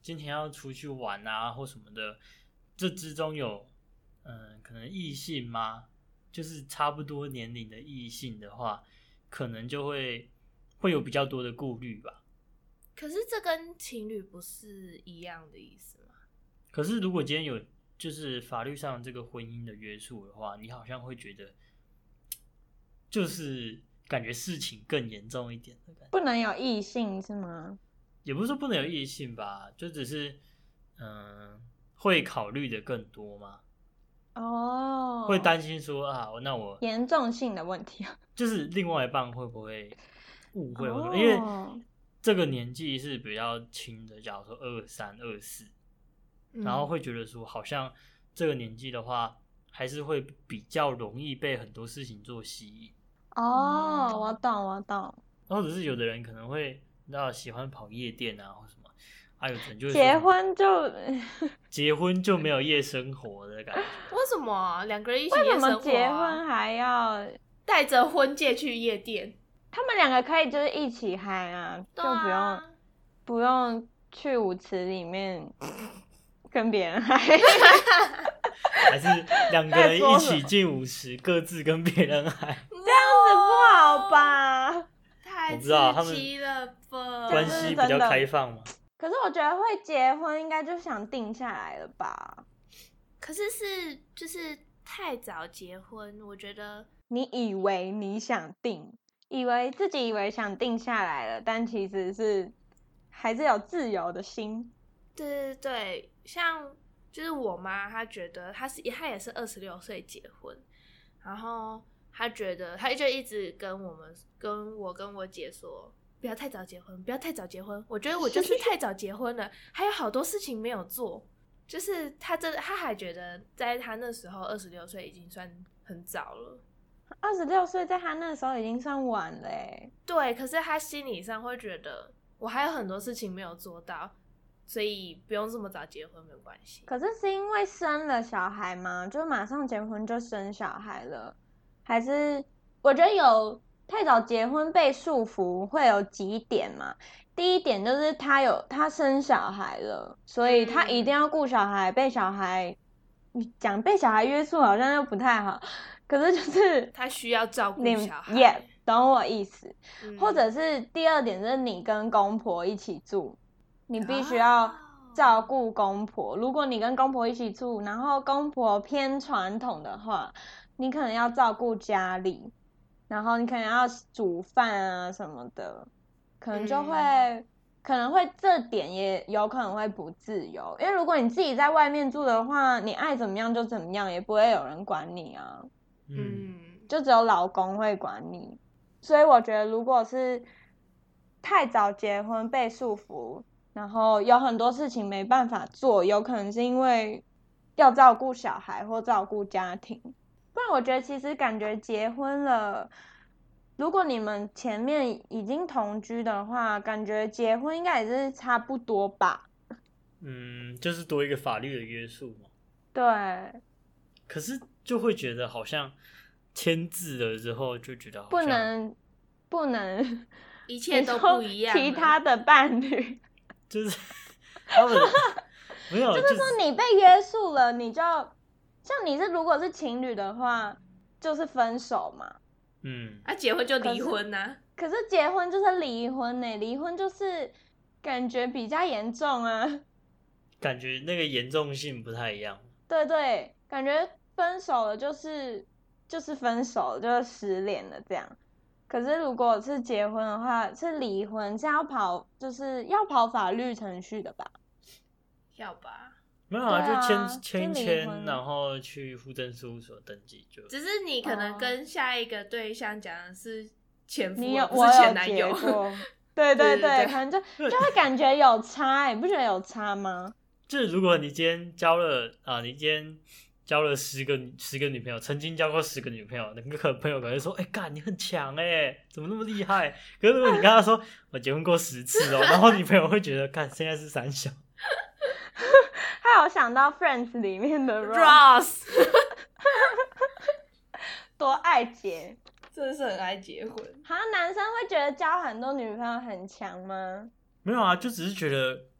今天要出去玩啊或什么的，这之中有嗯可能异性吗？就是差不多年龄的异性的话，可能就会会有比较多的顾虑吧。 可是这跟情侣不是一样的意思吗？ 可是如果今天有就是法律上这个婚姻的约束的话，你好像会觉得就是感觉事情更严重一点的感觉。 不能有异性是吗？ 也不是说不能有异性吧，就只是嗯、呃、会考虑的更多嘛。 哦， 会担心说啊，那我严重性的问题， 就是另外一半会不会误会或者、 哦、 因为这个年纪是比较轻的，假如说二三、二四，然后会觉得说，好像这个年纪的话，还是会比较容易被很多事情做吸引。 哦，嗯、我懂，我懂。 或者是有的人可能会，你知道，喜欢跑夜店啊，或什么，啊，有的人就会结婚就结婚就没有夜生活的感觉。 为什么两个人一起夜生活、啊？ 为什么结婚还要带着婚戒去夜店？ 他们两个可以就是一起嗨啊，啊就不用不用去舞池里面跟别人嗨， 还是两个人一起进舞池，各自跟别人嗨， 这样子不好吧？ 太刺激了吧！ 关系比较开放嘛。 可是我觉得会结婚应该就想定下来了吧？ 可是是就是太早结婚，我觉得你以为你想定。以为自己以为想定下来了，但其实是还是有自由的心。 对对对，像就是我妈，她觉得她是她也是二十六岁结婚，然后她觉得她就一直跟我们跟我跟我姐说，不要太早结婚，不要太早结婚。我觉得我就是太早结婚了，还有好多事情没有做。就是她真的，她还觉得在她那时候二十六岁已经算很早了。 二十六岁在他那时候已经算晚了耶。 对，可是他心理上会觉得我还有很多事情没有做到，所以不用这么早结婚没有关系。 可是是因为生了小孩吗？就马上结婚就生小孩了？还是我觉得有太早结婚被束缚会有几点嘛？第一点就是他有他生小孩了，所以他一定要顾小孩，被小孩讲被小孩约束好像又不太好。可是就是他需要照顾小孩， 也、yeah, 懂我意思、 嗯。 或者是第二点就是你跟公婆一起住，你必须要照顾公婆、哦。如果你跟公婆一起住，然后公婆偏传统的话，你可能要照顾家里，然后你可能要煮饭啊什么的，可能就会、嗯、可能会这点也有可能会不自由。因为如果你自己在外面住的话，你爱怎么样就怎么样，也不会有人管你啊。 嗯， 就只有老公会管你，所以我觉得如果是太早结婚被束缚，然后有很多事情没办法做，有可能是因为要照顾小孩或照顾家庭。不然我觉得其实感觉结婚了，如果你们前面已经同居的话，感觉结婚应该也是差不多吧。 嗯，就是多一个法律的约束嘛。 对。 可是就会觉得好像签字了之后就觉得好像不能不能一切都不一样， 其他的伴侣就是他们没有， 就是说你被约束了，你就像你是如果是情侣的话，就是分手嘛。 嗯， 啊，结婚就离婚啊。 可是结婚就是离婚呢、欸，离婚就是感觉比较严重啊。 感觉那个严重性不太一样。 对对，感觉。分手了就是就是分手了，就是失恋了这样。可是如果是结婚的话，是离婚，是要跑就是要跑法律程序的吧？ 要吧？ 没有啊，啊就签签签，然后去户政事务所登记就。 只是你可能跟下一个对象讲的是前夫， 你有不是前男友。 对对 对, 对, 对，可能就就会感觉有差、欸，你不觉得有差吗？ 就是如果你今天交了啊，你今天。交了十个十个女朋友，曾经交过十个女朋友，那个朋友可能说：“哎、欸，干你很强哎、欸，怎么那么厉害？”可是如果你跟他說我結婚過十次哦，然後女朋友會覺得，看現在是三小。 他有想到 Friends 裡面的 Ross， 多愛結， 真的是很愛結婚。 好像男生會覺得交很多女朋友很強嗎？ 沒有啊，就只是覺得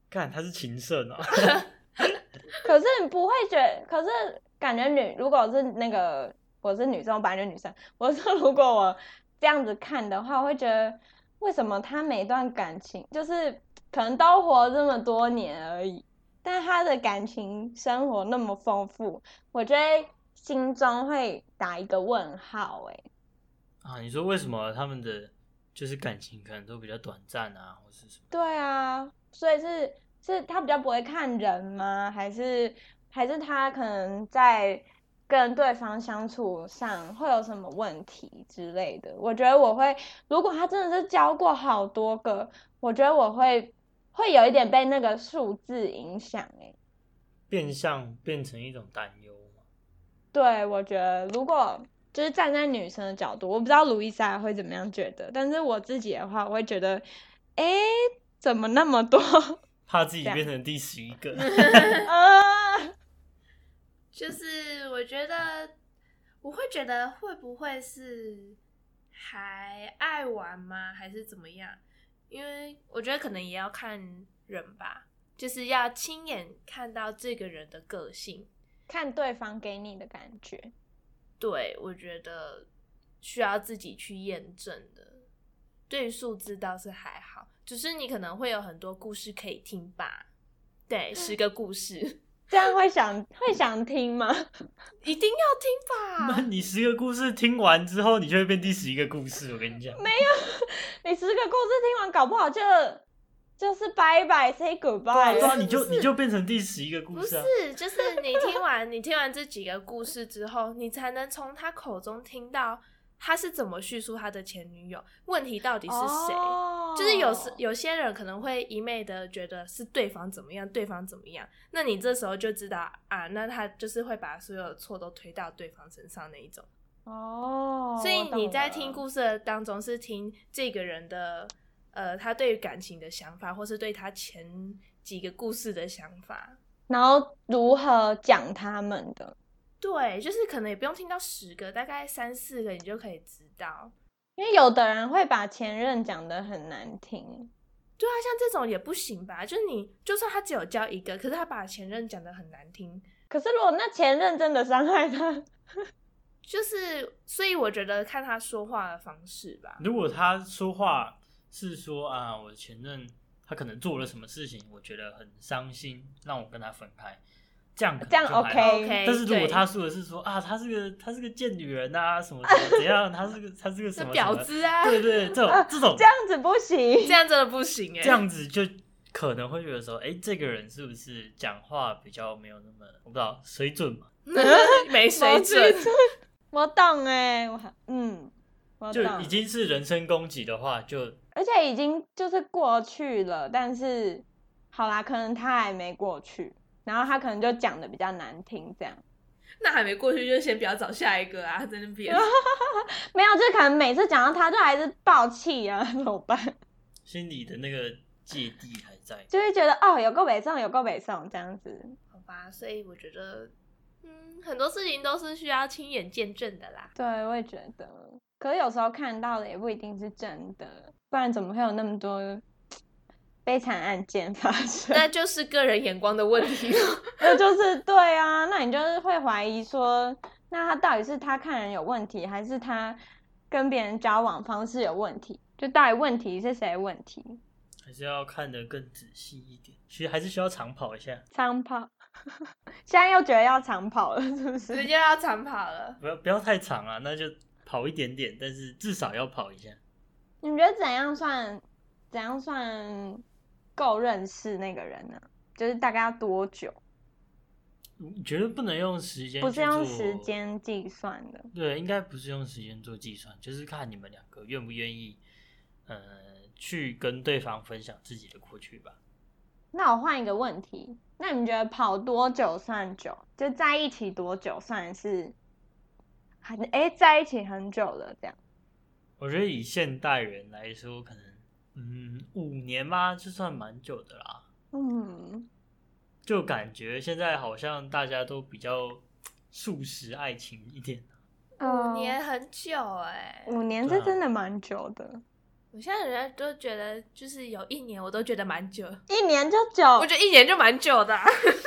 干他是情圣啊。 可是你不会觉得，可是感觉女如果是那个我是女生，我本来就女生，我说如果我这样子看的话，我会觉得为什么他每段感情就是可能都活这么多年而已，但他的感情生活那么丰富，我觉得心中会打一个问号哎、欸。 啊，你说为什么他们的就是感情可能都比较短暂啊，或是什么？ 对啊，所以是是他比较不会看人吗？还是还是他可能在跟对方相处上会有什么问题之类的？我觉得我会，如果他真的是交过好多个，我觉得我会会有一点被那个数字影响欸。 变相变成一种担忧嘛。 对，我觉得如果就是站在女生的角度，我不知道卢伊莎会怎么样觉得，但是我自己的话，我会觉得，哎，怎么那么多？ 怕自己变成第十一个。 啊， 就是我觉得，我会觉得会不会是还爱玩吗？还是怎么样？因为我觉得可能也要看人吧，就是要亲眼看到这个人的个性， 看对方给你的感觉。 对，我觉得需要自己去验证的。对于数字倒是还好，只是你可能会有很多故事可以听吧。对，十个故事， 这样会想会想听吗？ 一定要听吧。 那你十个故事听完之后，你就会变第十一个故事。我跟你讲， 没有，你十个故事听完，搞不好就就是拜拜 say goodbye 对啊， 了。 你就你就变成第十一个故不事啊。 是，就是你听完你听完这几个故事之后，你才能从他口中听到他是怎么叙述他的前女友，问题到底是谁。 哦就是有时有些人可能会一昧的觉得是对方怎么样，对方怎么样，那你这时候就知道啊，那他就是会把所有的错都推到对方身上那一种。 哦， 所以你在我懂了听故事的当中是听这个人的呃，他对于感情的想法，或是对他前几个故事的想法， 然后如何讲他们的。 对，就是可能也不用听到十个，大概三四个你就可以知道。 因为有的人会把前任讲得很难听。 对啊，像这种也不行吧？就是你，就算他只有交一个，可是他把前任讲得很难听， 可是如果那前任真的伤害他， 就是所以我觉得看他说话的方式吧。 如果他说话是说啊，我前任他可能做了什么事情，我觉得很伤心，让我跟他分开，这样可能这样就还好 OK OK， 但是如果对他说的是说啊，他是个他是个贱女人啊，什么什么怎样，他是个他是个什么是婊什么， 子啊， 对对，这种这种这样子不行。 这样真的不行哎、 这样子就可能会觉得说，哎、这个人是不是讲话比较没有那么我不知道水准嘛？ 没水准。 我懂哎、我嗯，我就懂已，经是人身攻击的话，就而且已经就是过去了，但是好啦，可能他还没过去，然后他可能就讲的比较难听，这样那还没过去，就先不要找下一个啊，在那边。 没有，就是可能每次讲到他就还是爆气啊，怎么办？ 心里的那个芥蒂还在。 就会觉得哦，有够北宋，有够北宋这样子。 好吧，所以我觉得，嗯，很多事情都是需要亲眼见证的啦。 对，我也觉得。可是有时候看到的也不一定是真的，不然怎么会有那么多悲惨案件发生？ 那就是个人眼光的问题了。 那就是对啊，那你就是会怀疑说，那他到底是他看人有问题，还是他跟别人交往方式有问题？就到底问题是谁的问题？ 还是要看得更仔细一点，其实还是需要长跑一下， 长跑，现在又觉得要长跑了，是不是？ 直接要长跑了。 不要不要太长啊，那就跑一点点，但是至少要跑一下。 你们觉得怎样算怎样算够认识那个人呢？就是大概要多久？ 你觉得不能用时间？ 不是用时，间计算的。 对，应该不是用时间做计算，就是看你们两个愿不愿意，呃，去跟对方分享自己的过去吧。 那我换一个问题，那你们觉得跑多久算久？就在一起多久算是很哎、欸、在一起很久了这样？ 我觉得以现代人来说，可能嗯五年嘛，就算蛮久的啦。 嗯， 就感觉现在好像大家都比较速食爱情一点。 五年很久哎、 五年对啊是真的蛮久的。 我现在人家都觉得，就是有一年我都觉得蛮久， 一年就久， 我觉得一年就蛮久的、啊。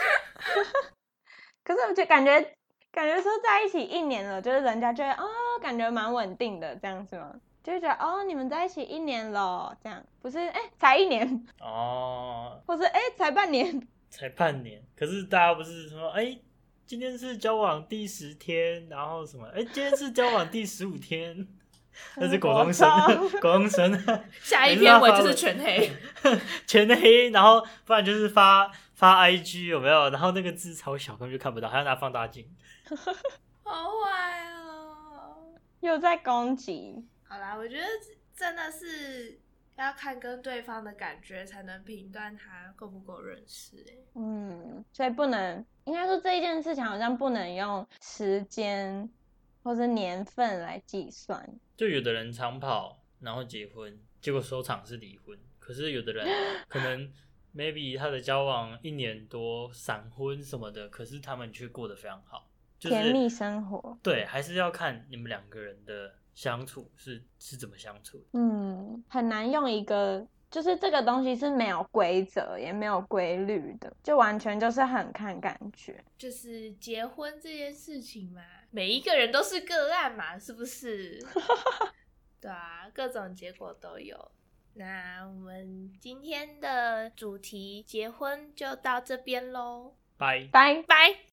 可是我就感觉感觉说在一起一年了，就是人家就会哦，感觉蛮稳定的这样子吗？就会觉得哦，你们在一起一年了，这样不是哎、欸、才一年哦， 或是哎、欸、才半年， 才半年，可是大家不是说哎、欸，今天是交往第十天，然后什么哎、欸，今天是交往第十五天。那是国中生，国中生。 下一篇文就是全黑， 全黑，然后不然就是发发 I G 有没有？然后那个字超小，根本就看不到，还要拿放大镜。 好坏哦！ 又在攻击。 好啦，我觉得真的是要看跟对方的感觉，才能评断他够不够认识、欸。 嗯，所以不能，应该说这一件事情好像不能用时间或是年份来计算。 就有的人长跑，然后结婚，结果收场是离婚。可是有的人可能 maybe 他的交往一年多，闪婚什么的，可是他们却过得非常好，就是甜蜜生活。 对，还是要看你们两个人的相处是是怎么相处的。 嗯，很难用一个，就是这个东西是没有规则也没有规律的，就完全就是很看感觉。 就是结婚这件事情嘛，每一个人都是个案嘛，是不是？对啊，各种结果都有。那我们今天的主题结婚就到这边咯， 拜拜拜。